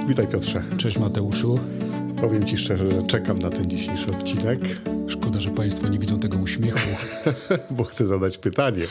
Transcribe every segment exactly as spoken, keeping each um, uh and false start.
Witaj, Piotrze. Cześć, Mateuszu. Powiem Ci szczerze, że czekam na ten dzisiejszy odcinek. Szkoda, że Państwo nie widzą tego uśmiechu. Bo chcę zadać pytanie.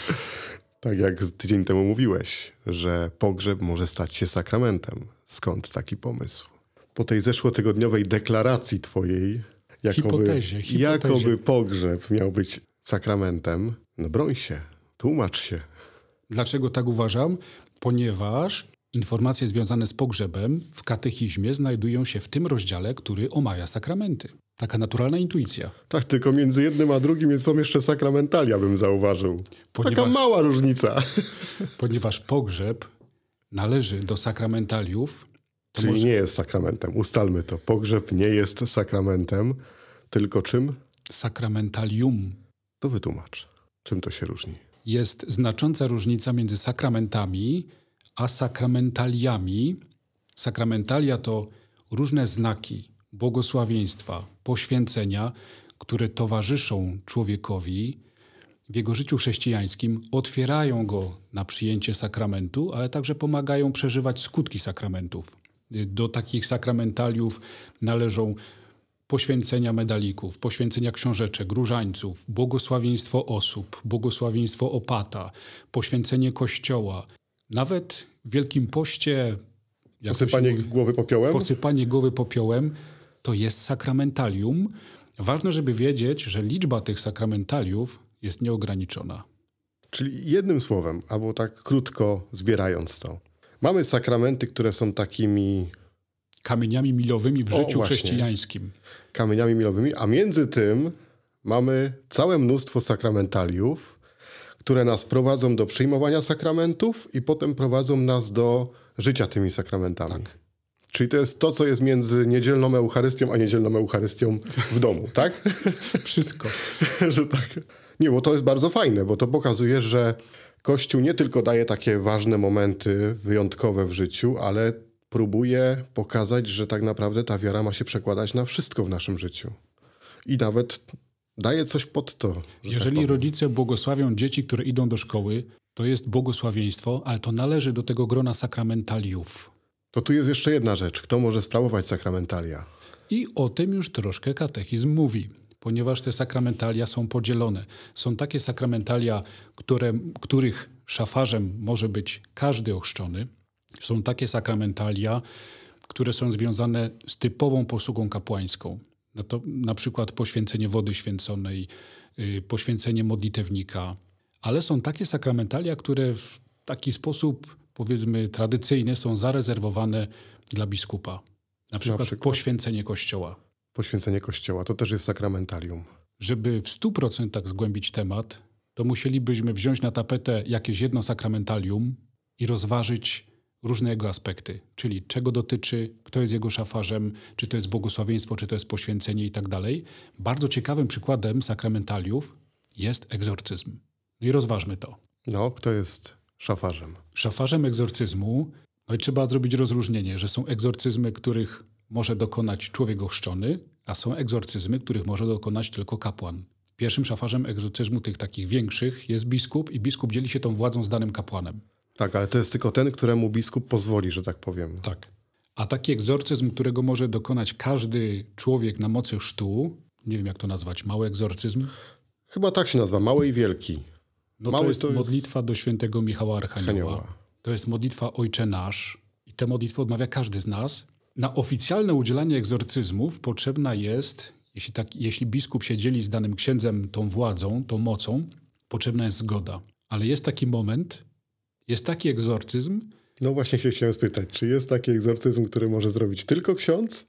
Tak jak tydzień temu mówiłeś, że pogrzeb może stać się sakramentem. Skąd taki pomysł? Po tej zeszłotygodniowej deklaracji Twojej, jakoby, hipotezie, hipotezie. jakoby pogrzeb miał być sakramentem, no broń się, tłumacz się. Dlaczego tak uważam? Ponieważ informacje związane z pogrzebem w katechizmie znajdują się w tym rozdziale, który omawia sakramenty. Taka naturalna intuicja. Tak, tylko między jednym a drugim są jeszcze sakramentalia, bym zauważył. Ponieważ, Taka mała różnica. Ponieważ pogrzeb należy do sakramentaliów. To Czyli może... nie jest sakramentem. Ustalmy to. Pogrzeb nie jest sakramentem, tylko czym? Sakramentalium. To wytłumacz. Czym to się różni? Jest znacząca różnica między sakramentami a sakramentaliami. Sakramentalia to różne znaki błogosławieństwa, poświęcenia, które towarzyszą człowiekowi w jego życiu chrześcijańskim, otwierają go na przyjęcie sakramentu, ale także pomagają przeżywać skutki sakramentów. Do takich sakramentaliów należą poświęcenia medalików, poświęcenia książeczek, różańców, błogosławieństwo osób, błogosławieństwo opata, poświęcenie Kościoła. Nawet w Wielkim Poście... Posypanie mówi, głowy popiołem? Posypanie głowy popiołem to jest sakramentalium. Ważne, żeby wiedzieć, że liczba tych sakramentaliów jest nieograniczona. Czyli jednym słowem, albo tak krótko zbierając to, mamy sakramenty, które są takimi... Kamieniami milowymi w o, życiu właśnie. chrześcijańskim. Kamieniami milowymi, a między tym mamy całe mnóstwo sakramentaliów, które nas prowadzą do przyjmowania sakramentów i potem prowadzą nas do życia tymi sakramentami. Tak. Czyli to jest to, co jest między niedzielną Eucharystią, a niedzielną Eucharystią w domu, tak? Wszystko. Że tak. Nie, bo to jest bardzo fajne, bo to pokazuje, że Kościół nie tylko daje takie ważne momenty wyjątkowe w życiu, ale próbuje pokazać, że tak naprawdę ta wiara ma się przekładać na wszystko w naszym życiu. I nawet daje coś pod to. Jeżeli tak rodzice błogosławią dzieci, które idą do szkoły, to jest błogosławieństwo, ale to należy do tego grona sakramentaliów. To tu jest jeszcze jedna rzecz. Kto może sprawować sakramentalia? I o tym już troszkę katechizm mówi, ponieważ te sakramentalia są podzielone. Są takie sakramentalia, które, których szafarzem może być każdy ochrzczony. Są takie sakramentalia, które są związane z typową posługą kapłańską. No to na przykład poświęcenie wody święconej, yy, poświęcenie modlitewnika. Ale są takie sakramentalia, które w taki sposób, powiedzmy, tradycyjny są zarezerwowane dla biskupa. Na przykład, na przykład poświęcenie Kościoła. Poświęcenie Kościoła, to też jest sakramentalium. Żeby w stu procentach zgłębić temat, to musielibyśmy wziąć na tapetę jakieś jedno sakramentalium i rozważyć różne jego aspekty. Czyli czego dotyczy, kto jest jego szafarzem, czy to jest błogosławieństwo, czy to jest poświęcenie i tak dalej. Bardzo ciekawym przykładem sakramentaliów jest egzorcyzm. No i rozważmy to. No, kto jest szafarzem? Szafarzem egzorcyzmu, no i trzeba zrobić rozróżnienie, że są egzorcyzmy, których może dokonać człowiek ochrzczony, a są egzorcyzmy, których może dokonać tylko kapłan. Pierwszym szafarzem egzorcyzmu tych takich większych jest biskup i biskup dzieli się tą władzą z danym kapłanem. Tak, ale to jest tylko ten, któremu biskup pozwoli, że tak powiem. Tak. A taki egzorcyzm, którego może dokonać każdy człowiek na mocy chrztu, nie wiem jak to nazwać, mały egzorcyzm? Chyba tak się nazywa, mały i wielki. No Mały to jest to modlitwa jest... do świętego Michała Archanioła. Archanioła. To jest modlitwa Ojcze Nasz i tę modlitwę odmawia każdy z nas. Na oficjalne udzielanie egzorcyzmów potrzebna jest, jeśli, tak, jeśli biskup się dzieli z danym księdzem tą władzą, tą mocą, potrzebna jest zgoda. Ale jest taki moment, jest taki egzorcyzm. No właśnie się chciałem spytać, czy jest taki egzorcyzm, który może zrobić tylko ksiądz,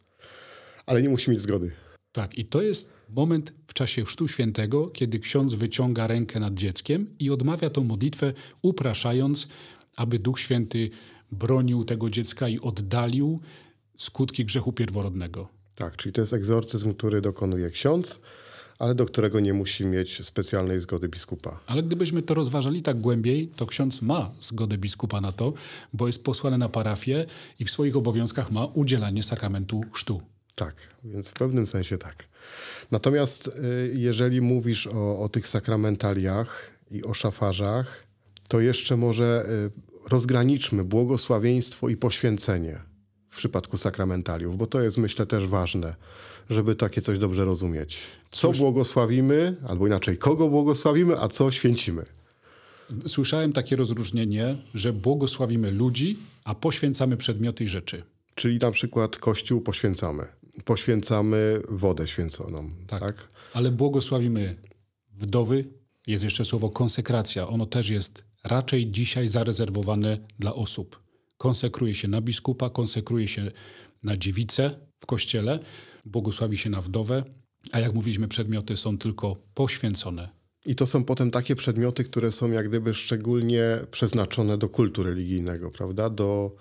ale nie musi mieć zgody? Tak, i to jest moment w czasie Chrztu Świętego, kiedy ksiądz wyciąga rękę nad dzieckiem i odmawia tą modlitwę, upraszając, aby Duch Święty bronił tego dziecka i oddalił skutki grzechu pierworodnego. Tak, czyli to jest egzorcyzm, który dokonuje ksiądz, ale do którego nie musi mieć specjalnej zgody biskupa. Ale gdybyśmy to rozważali tak głębiej, to ksiądz ma zgodę biskupa na to, bo jest posłany na parafię i w swoich obowiązkach ma udzielanie sakramentu chrztu. Tak, więc w pewnym sensie tak. Natomiast y, jeżeli mówisz o, o tych sakramentaliach i o szafarzach, to jeszcze może y, rozgraniczmy błogosławieństwo i poświęcenie. W przypadku sakramentaliów, bo to jest, myślę, też ważne, żeby takie coś dobrze rozumieć. Co błogosławimy, albo inaczej, kogo błogosławimy, a co święcimy. Słyszałem takie rozróżnienie, że błogosławimy ludzi, a poświęcamy przedmioty i rzeczy. Czyli na przykład Kościół poświęcamy. Poświęcamy wodę święconą. Tak, tak? Ale błogosławimy wdowy. Jest jeszcze słowo konsekracja. Ono też jest raczej dzisiaj zarezerwowane dla osób. Konsekruje się na biskupa, konsekruje się na dziewicę w kościele, błogosławi się na wdowę, a jak mówiliśmy, przedmioty są tylko poświęcone. I to są potem takie przedmioty, które są jak gdyby szczególnie przeznaczone do kultu religijnego, prawda? Do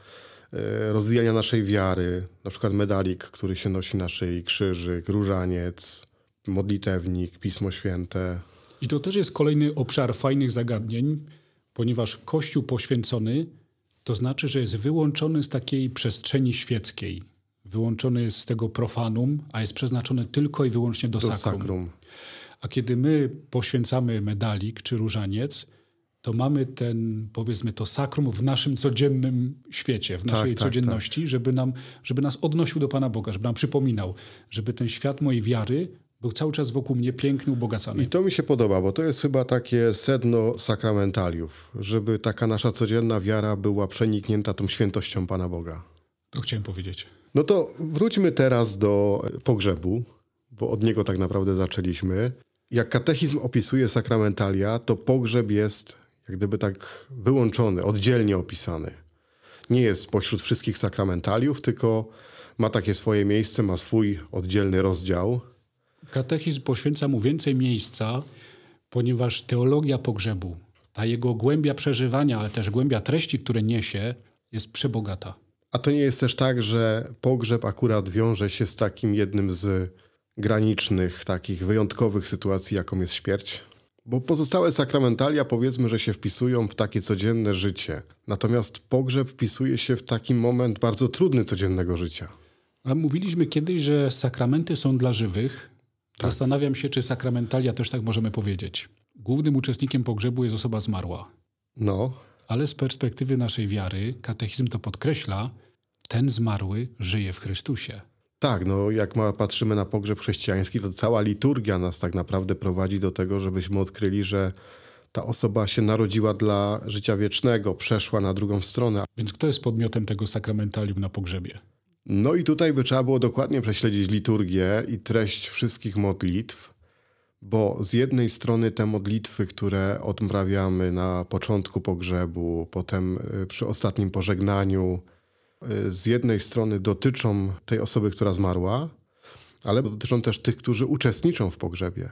e, rozwijania naszej wiary, na przykład medalik, który się nosi na szyi, krzyżyk, różaniec, modlitewnik, Pismo Święte. I to też jest kolejny obszar fajnych zagadnień, ponieważ Kościół poświęcony to znaczy, że jest wyłączony z takiej przestrzeni świeckiej, wyłączony z tego profanum, a jest przeznaczony tylko i wyłącznie do, Do sakrum. sakrum. A kiedy my poświęcamy medalik czy różaniec, to mamy ten, powiedzmy, to sakrum w naszym codziennym świecie, w naszej tak, codzienności, tak. Żeby, nam, żeby nas odnosił do Pana Boga, żeby nam przypominał, żeby ten świat mojej wiary był cały czas wokół mnie piękny, ubogacany. I to mi się podoba, bo to jest chyba takie sedno sakramentaliów, żeby taka nasza codzienna wiara była przeniknięta tą świętością Pana Boga. To chciałem powiedzieć. No to wróćmy teraz do pogrzebu, bo od niego tak naprawdę zaczęliśmy. Jak katechizm opisuje sakramentalia, to pogrzeb jest jak gdyby tak wyłączony, oddzielnie opisany. Nie jest pośród wszystkich sakramentaliów, tylko ma takie swoje miejsce, ma swój oddzielny rozdział. Katechizm poświęca mu więcej miejsca, ponieważ teologia pogrzebu, ta jego głębia przeżywania, ale też głębia treści, które niesie, jest przebogata. A to nie jest też tak, że pogrzeb akurat wiąże się z takim jednym z granicznych, takich wyjątkowych sytuacji, jaką jest śmierć? Bo pozostałe sakramentalia, powiedzmy, że się wpisują w takie codzienne życie. Natomiast pogrzeb wpisuje się w taki moment bardzo trudny codziennego życia. A mówiliśmy kiedyś, że sakramenty są dla żywych. Tak. Zastanawiam się, czy sakramentalia też tak możemy powiedzieć. Głównym uczestnikiem pogrzebu jest osoba zmarła. No. Ale z perspektywy naszej wiary, katechizm to podkreśla, ten zmarły żyje w Chrystusie. Tak, no jak ma, patrzymy na pogrzeb chrześcijański, to cała liturgia nas tak naprawdę prowadzi do tego, żebyśmy odkryli, że ta osoba się narodziła dla życia wiecznego, przeszła na drugą stronę. Więc kto jest podmiotem tego sakramentalium na pogrzebie? No i tutaj by trzeba było dokładnie prześledzić liturgię i treść wszystkich modlitw, bo z jednej strony te modlitwy, które odprawiamy na początku pogrzebu, potem przy ostatnim pożegnaniu, z jednej strony dotyczą tej osoby, która zmarła, ale dotyczą też tych, którzy uczestniczą w pogrzebie.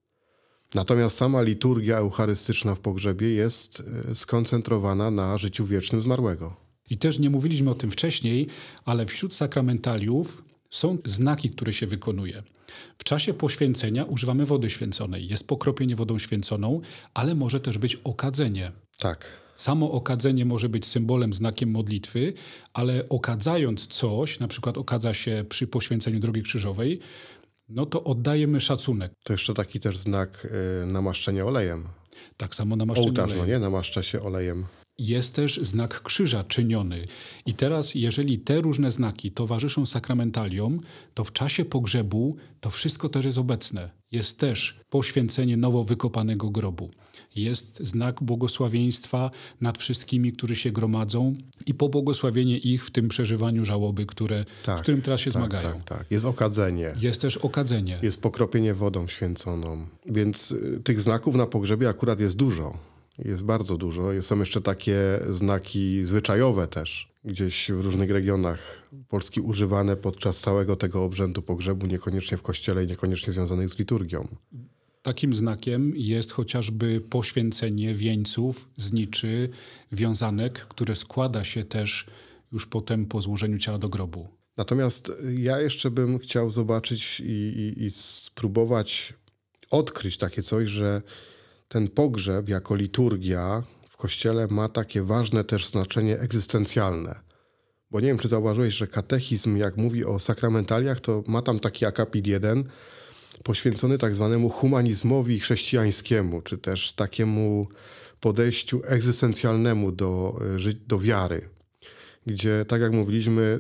Natomiast sama liturgia eucharystyczna w pogrzebie jest skoncentrowana na życiu wiecznym zmarłego. I też nie mówiliśmy o tym wcześniej, ale wśród sakramentaliów są znaki, które się wykonuje. W czasie poświęcenia używamy wody święconej. Jest pokropienie wodą święconą, ale może też być okadzenie. Tak. Samo okadzenie może być symbolem, znakiem modlitwy, ale okadzając coś, na przykład okadza się przy poświęceniu drogi krzyżowej, no to oddajemy szacunek. To jeszcze taki też znak y, namaszczenia olejem. Tak samo namaszczenie Ołtarz, olejem. no nie? Namaszcza się olejem. Jest też znak krzyża czyniony. I teraz, jeżeli te różne znaki towarzyszą sakramentaliom, to w czasie pogrzebu to wszystko też jest obecne. Jest też poświęcenie nowo wykopanego grobu. Jest znak błogosławieństwa nad wszystkimi, którzy się gromadzą i pobłogosławienie ich w tym przeżywaniu żałoby, które, tak, z którym teraz się tak, zmagają. Tak, tak. Jest okadzenie. Jest też okadzenie. Jest pokropienie wodą święconą. Więc y, tych znaków na pogrzebie akurat jest dużo. Jest bardzo dużo. Są jeszcze takie znaki zwyczajowe też, gdzieś w różnych regionach Polski używane podczas całego tego obrzędu pogrzebu, niekoniecznie w kościele i niekoniecznie związanych z liturgią. Takim znakiem jest chociażby poświęcenie wieńców, zniczy, wiązanek, które składa się też już potem po złożeniu ciała do grobu. Natomiast ja jeszcze bym chciał zobaczyć i, i, i spróbować odkryć takie coś, że ten pogrzeb jako liturgia w Kościele ma takie ważne też znaczenie egzystencjalne. Bo nie wiem, czy zauważyłeś, że katechizm, jak mówi o sakramentaliach, to ma tam taki akapit jeden poświęcony tak zwanemu humanizmowi chrześcijańskiemu, czy też takiemu podejściu egzystencjalnemu do, do wiary. Gdzie, tak jak mówiliśmy,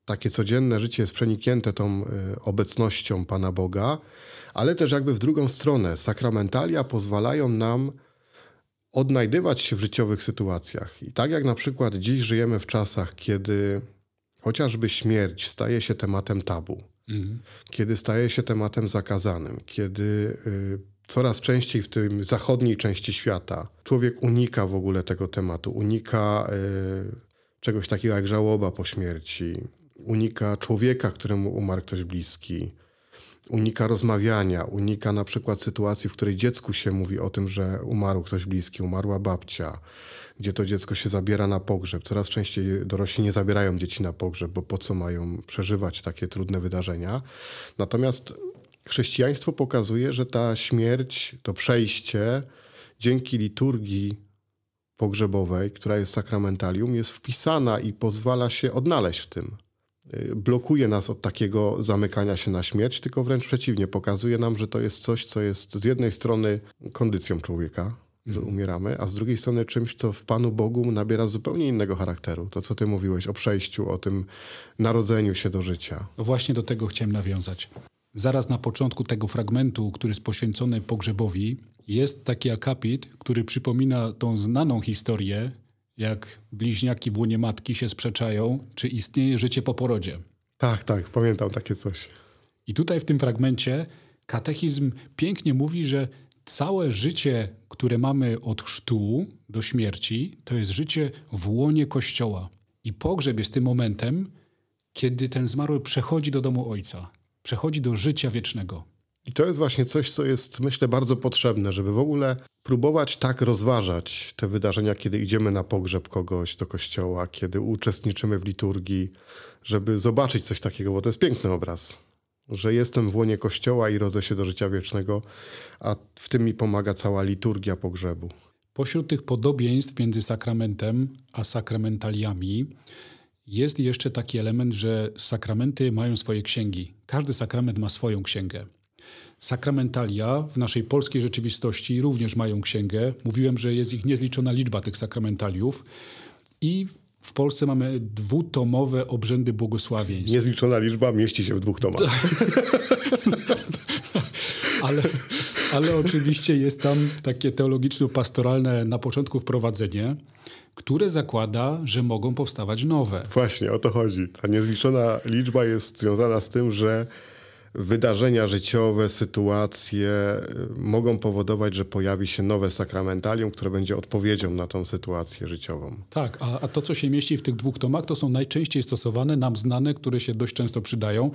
takie codzienne życie jest przeniknięte tą y, obecnością Pana Boga, ale też jakby w drugą stronę. Sakramentalia pozwalają nam odnajdywać się w życiowych sytuacjach. I tak jak na przykład dziś żyjemy w czasach, kiedy chociażby śmierć staje się tematem tabu, mhm. kiedy staje się tematem zakazanym, kiedy y, coraz częściej w tym zachodniej części świata człowiek unika w ogóle tego tematu, unika y, czegoś takiego jak żałoba po śmierci, unika człowieka, któremu umarł ktoś bliski, unika rozmawiania, unika na przykład sytuacji, w której dziecku się mówi o tym, że umarł ktoś bliski, umarła babcia, gdzie to dziecko się zabiera na pogrzeb. Coraz częściej dorośli nie zabierają dzieci na pogrzeb, bo po co mają przeżywać takie trudne wydarzenia. Natomiast chrześcijaństwo pokazuje, że ta śmierć, to przejście dzięki liturgii pogrzebowej, która jest sakramentalium, jest wpisana i pozwala się odnaleźć w tym. Blokuje nas od takiego zamykania się na śmierć, tylko wręcz przeciwnie, pokazuje nam, że to jest coś, co jest z jednej strony kondycją człowieka, że umieramy, a z drugiej strony czymś, co w Panu Bogu nabiera zupełnie innego charakteru. To, co ty mówiłeś o przejściu, o tym narodzeniu się do życia. No właśnie do tego chciałem nawiązać. Zaraz na początku tego fragmentu, który jest poświęcony pogrzebowi, jest taki akapit, który przypomina tą znaną historię, jak bliźniaki w łonie matki się sprzeczają, czy istnieje życie po porodzie. Tak, tak, pamiętam takie coś. I tutaj w tym fragmencie katechizm pięknie mówi, że całe życie, które mamy od chrztu do śmierci, to jest życie w łonie Kościoła. I pogrzeb jest tym momentem, kiedy ten zmarły przechodzi do domu Ojca, przechodzi do życia wiecznego. I to jest właśnie coś, co jest, myślę, bardzo potrzebne, żeby w ogóle próbować tak rozważać te wydarzenia, kiedy idziemy na pogrzeb kogoś do kościoła, kiedy uczestniczymy w liturgii, żeby zobaczyć coś takiego, bo to jest piękny obraz, że jestem w łonie Kościoła i rodzę się do życia wiecznego, a w tym mi pomaga cała liturgia pogrzebu. Pośród tych podobieństw między sakramentem a sakramentaliami jest jeszcze taki element, że sakramenty mają swoje księgi. Każdy sakrament ma swoją księgę. Sakramentalia w naszej polskiej rzeczywistości również mają księgę. Mówiłem, że jest ich niezliczona liczba tych sakramentaliów i w Polsce mamy dwutomowe obrzędy błogosławieństw. Niezliczona liczba mieści się w dwóch tomach. ale, ale oczywiście jest tam takie teologiczno-pastoralne na początku wprowadzenie, które zakłada, że mogą powstawać nowe. Właśnie, o to chodzi. Ta niezliczona liczba jest związana z tym, że wydarzenia życiowe, sytuacje mogą powodować, że pojawi się nowe sakramentalium, które będzie odpowiedzią na tą sytuację życiową. Tak, a, a to, co się mieści w tych dwóch tomach, to są najczęściej stosowane, nam znane, które się dość często przydają.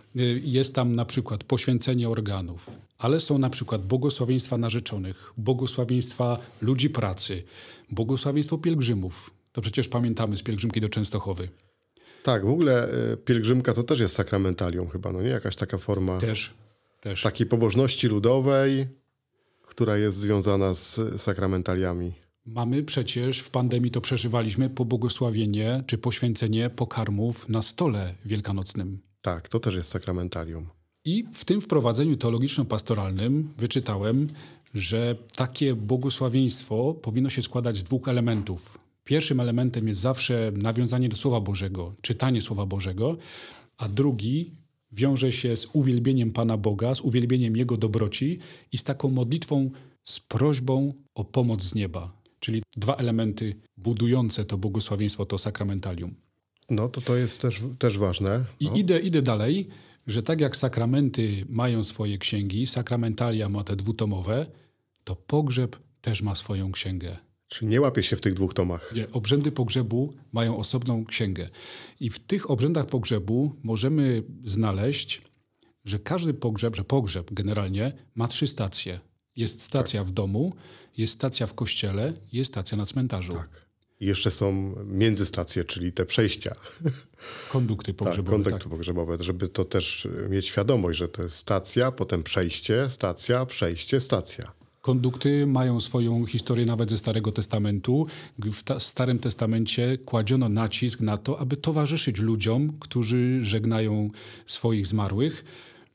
Jest tam na przykład poświęcenie organów, ale są na przykład błogosławieństwa narzeczonych, błogosławieństwa ludzi pracy, błogosławieństwo pielgrzymów. To przecież pamiętamy z pielgrzymki do Częstochowy. Tak, w ogóle pielgrzymka to też jest sakramentalium chyba, no nie? Jakaś taka forma też, też. takiej pobożności ludowej, która jest związana z sakramentaliami. Mamy przecież, w pandemii to przeżywaliśmy, pobłogosławienie czy poświęcenie pokarmów na stole wielkanocnym. Tak, to też jest sakramentalium. I w tym wprowadzeniu teologiczno-pastoralnym wyczytałem, że takie błogosławieństwo powinno się składać z dwóch elementów. Pierwszym elementem jest zawsze nawiązanie do Słowa Bożego, czytanie Słowa Bożego, a drugi wiąże się z uwielbieniem Pana Boga, z uwielbieniem Jego dobroci i z taką modlitwą, z prośbą o pomoc z nieba. Czyli dwa elementy budujące to błogosławieństwo, to sakramentalium. No to to jest też, też ważne. No. I idę, idę dalej, że tak jak sakramenty mają swoje księgi, sakramentalia ma te dwutomowe, to pogrzeb też ma swoją księgę. Czyli nie łapie się w tych dwóch tomach. Nie, obrzędy pogrzebu mają osobną księgę. I w tych obrzędach pogrzebu możemy znaleźć, że każdy pogrzeb, że pogrzeb generalnie ma trzy stacje. Jest stacja tak. w domu, jest stacja w kościele, jest stacja na cmentarzu. Tak. I jeszcze są międzystacje, czyli te przejścia. Kondukty pogrzebowe. Tak, kondukty tak. pogrzebowe, żeby to też mieć świadomość, że to jest stacja, potem przejście, stacja, przejście, stacja. Kondukty mają swoją historię nawet ze Starego Testamentu. W ta- Starym Testamencie kładziono nacisk na to, aby towarzyszyć ludziom, którzy żegnają swoich zmarłych.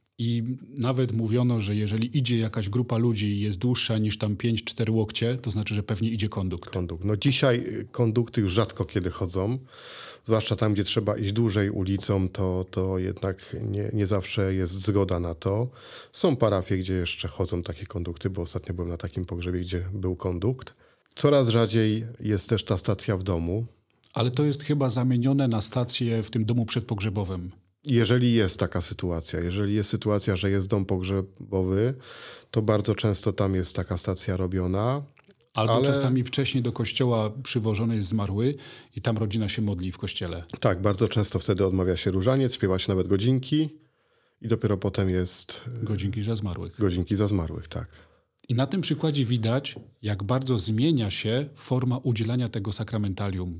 I nawet mówiono, że jeżeli idzie jakaś grupa ludzi i jest dłuższa niż tam pięć cztery łokcie, to znaczy, że pewnie idzie kondukt. Kondukt. No dzisiaj kondukty już rzadko kiedy chodzą. zwłaszcza tam, gdzie trzeba iść dłużej ulicą, to, to jednak nie, nie zawsze jest zgoda na to. Są parafie, gdzie jeszcze chodzą takie kondukty, bo ostatnio byłem na takim pogrzebie, gdzie był kondukt. Coraz rzadziej jest też ta stacja w domu. Ale to jest chyba zamienione na stację w tym domu przedpogrzebowym. Jeżeli jest taka sytuacja, jeżeli jest sytuacja, że jest dom pogrzebowy, to bardzo często tam jest taka stacja robiona. Albo ale... czasami wcześniej do kościoła przywożony jest zmarły i tam rodzina się modli w kościele. Tak, bardzo często wtedy odmawia się różaniec, śpiewa się nawet godzinki i dopiero potem jest... Godzinki za zmarłych. Godzinki za zmarłych, tak. I na tym przykładzie widać, jak bardzo zmienia się forma udzielania tego sakramentalium.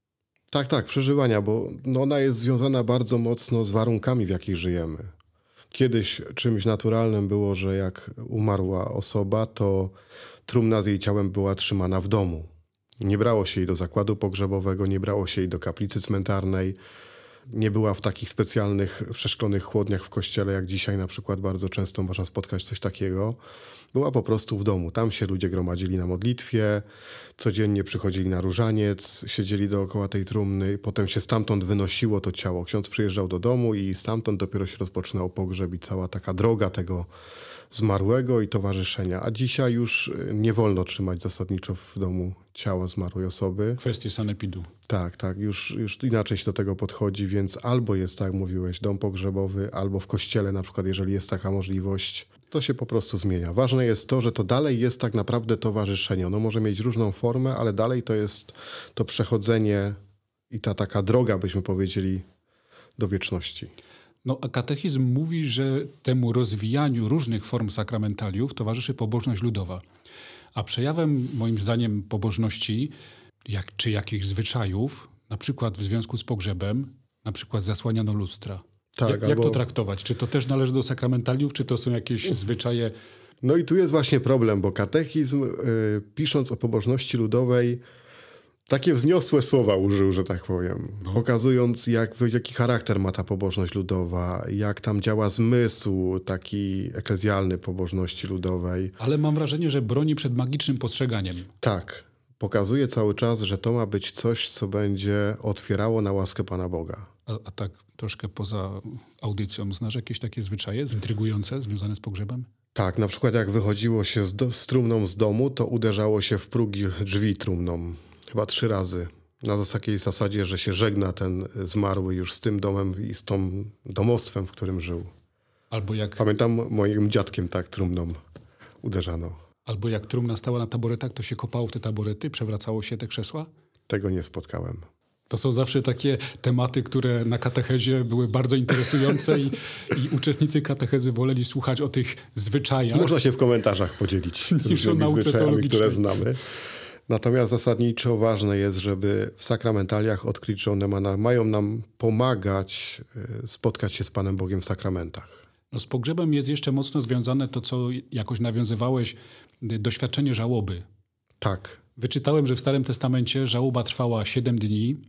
Tak, tak, przeżywania, bo no ona jest związana bardzo mocno z warunkami, w jakich żyjemy. Kiedyś czymś naturalnym było, że jak umarła osoba, to trumna z jej ciałem była trzymana w domu. Nie brało się jej do zakładu pogrzebowego, nie brało się jej do kaplicy cmentarnej. Nie była w takich specjalnych, przeszklonych chłodniach w kościele, jak dzisiaj na przykład bardzo często można spotkać coś takiego. Była po prostu w domu. Tam się ludzie gromadzili na modlitwie, codziennie przychodzili na różaniec, siedzieli dookoła tej trumny, potem się stamtąd wynosiło to ciało. Ksiądz przyjeżdżał do domu i stamtąd dopiero się rozpoczynał pogrzeb i cała taka droga tego zmarłego i towarzyszenia. A dzisiaj już nie wolno trzymać zasadniczo w domu ciała zmarłej osoby. Kwestie sanepidu. Tak, tak. Już, już inaczej się do tego podchodzi, więc albo jest, tak jak mówiłeś, dom pogrzebowy, albo w kościele na przykład, jeżeli jest taka możliwość, to się po prostu zmienia. Ważne jest to, że to dalej jest tak naprawdę towarzyszenie. Ono może mieć różną formę, ale dalej to jest to przechodzenie i ta taka droga, byśmy powiedzieli, do wieczności. No, a katechizm mówi, że temu rozwijaniu różnych form sakramentaliów towarzyszy pobożność ludowa. A przejawem, moim zdaniem, pobożności, jak, czy jakichś zwyczajów, na przykład w związku z pogrzebem, na przykład zasłaniano lustra. Tak, jak, albo... jak to traktować? Czy to też należy do sakramentaliów, czy to są jakieś zwyczaje? No i tu jest właśnie problem, bo katechizm, yy, pisząc o pobożności ludowej, takie wzniosłe słowa użył, że tak powiem, no. Pokazując jak, jaki charakter ma ta pobożność ludowa, jak tam działa zmysł taki eklezjalny pobożności ludowej. Ale mam wrażenie, że broni przed magicznym postrzeganiem. Tak, pokazuje cały czas, że to ma być coś, co będzie otwierało na łaskę Pana Boga. A, a tak troszkę poza audycją, znasz jakieś takie zwyczaje intrygujące, związane z pogrzebem? Tak, na przykład jak wychodziło się z, do, z trumną z domu, to uderzało się w progi drzwi trumną. Chyba trzy razy. Na takiej zasadzie, że się żegna ten zmarły już z tym domem i z tą domostwem, w którym żył. Albo jak... Pamiętam, moim dziadkiem tak trumną uderzano. Albo jak trumna stała na taboretach, to się kopało w te taborety, przewracało się te krzesła? Tego nie spotkałem. To są zawsze takie tematy, które na katechezie były bardzo interesujące i, i uczestnicy katechezy woleli słuchać o tych zwyczajach. Można się w komentarzach podzielić niż o nauce teologicznej, które znamy. Natomiast zasadniczo ważne jest, żeby w sakramentaliach odkryć, że one ma, mają nam pomagać spotkać się z Panem Bogiem w sakramentach. No z pogrzebem jest jeszcze mocno związane to, co jakoś nawiązywałeś, doświadczenie żałoby. Tak. Wyczytałem, że w Starym Testamencie żałoba trwała siedem dni.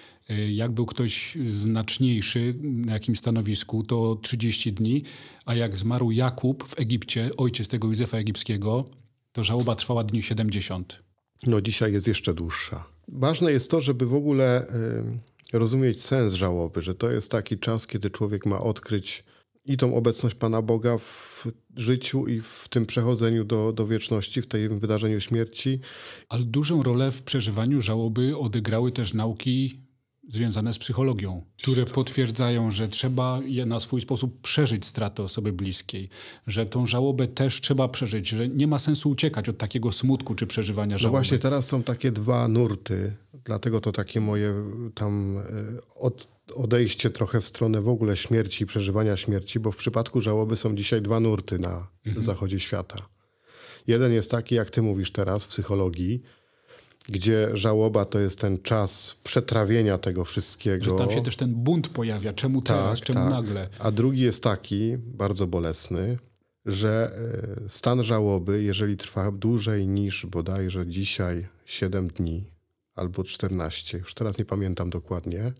Jak był ktoś znaczniejszy na jakimś stanowisku, to trzydzieści dni. A jak zmarł Jakub w Egipcie, ojciec tego Józefa Egipskiego, to żałoba trwała dni siedemdziesiąt. No dzisiaj jest jeszcze dłuższa. Ważne jest to, żeby w ogóle y, rozumieć sens żałoby, że to jest taki czas, kiedy człowiek ma odkryć i tą obecność Pana Boga w życiu i w tym przechodzeniu do, do wieczności, w tym wydarzeniu śmierci. Ale dużą rolę w przeżywaniu żałoby odegrały też nauki związane z psychologią, które potwierdzają, że trzeba je na swój sposób przeżyć stratę osoby bliskiej, że tą żałobę też trzeba przeżyć, że nie ma sensu uciekać od takiego smutku czy przeżywania żałoby. No właśnie teraz są takie dwa nurty, dlatego to takie moje tam od, odejście trochę w stronę w ogóle śmierci i przeżywania śmierci, bo w przypadku żałoby są dzisiaj dwa nurty na mhm. zachodzie świata. Jeden jest taki, jak ty mówisz teraz w psychologii, gdzie żałoba to jest ten czas przetrawienia tego wszystkiego. Że tam się też ten bunt pojawia. Czemu teraz, tak, czemu tak. nagle? A drugi jest taki, bardzo bolesny, że stan żałoby, jeżeli trwa dłużej niż bodajże dzisiaj siedem dni albo czternaście, już teraz nie pamiętam dokładnie,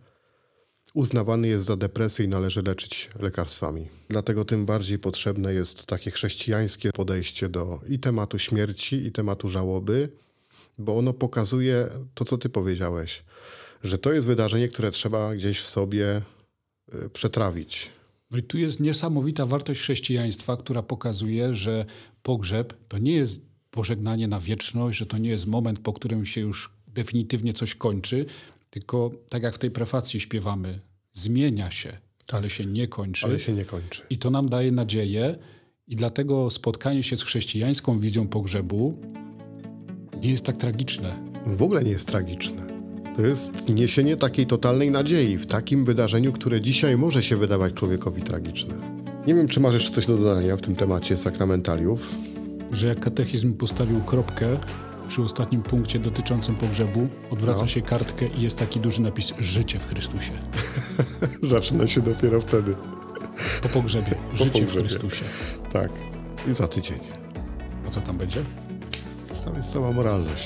uznawany jest za depresję i należy leczyć lekarstwami. Dlatego tym bardziej potrzebne jest takie chrześcijańskie podejście do i tematu śmierci, i tematu żałoby, bo ono pokazuje to, co ty powiedziałeś, że to jest wydarzenie, które trzeba gdzieś w sobie y, przetrawić. No i tu jest niesamowita wartość chrześcijaństwa, która pokazuje, że pogrzeb to nie jest pożegnanie na wieczność, że to nie jest moment, po którym się już definitywnie coś kończy, tylko tak jak w tej prefacji śpiewamy, zmienia się, tak, ale się nie kończy. Ale się nie kończy. I to nam daje nadzieję i dlatego spotkanie się z chrześcijańską wizją pogrzebu nie jest tak tragiczne. W ogóle nie jest tragiczne. To jest niesienie takiej totalnej nadziei w takim wydarzeniu, które dzisiaj może się wydawać człowiekowi tragiczne. Nie wiem, czy masz jeszcze coś do dodania w tym temacie sakramentaliów? Że jak katechizm postawił kropkę przy ostatnim punkcie dotyczącym pogrzebu, odwraca no. się kartkę i jest taki duży napis życie w Chrystusie. Zaczyna się dopiero wtedy. Po pogrzebie. Po życie pogrzebie. w Chrystusie. Tak. I za tydzień. A co tam będzie? Tam jest cała moralność.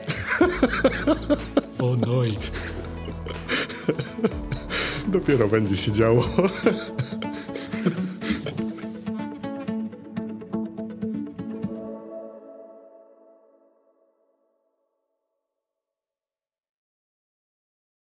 O no i... Dopiero będzie się działo.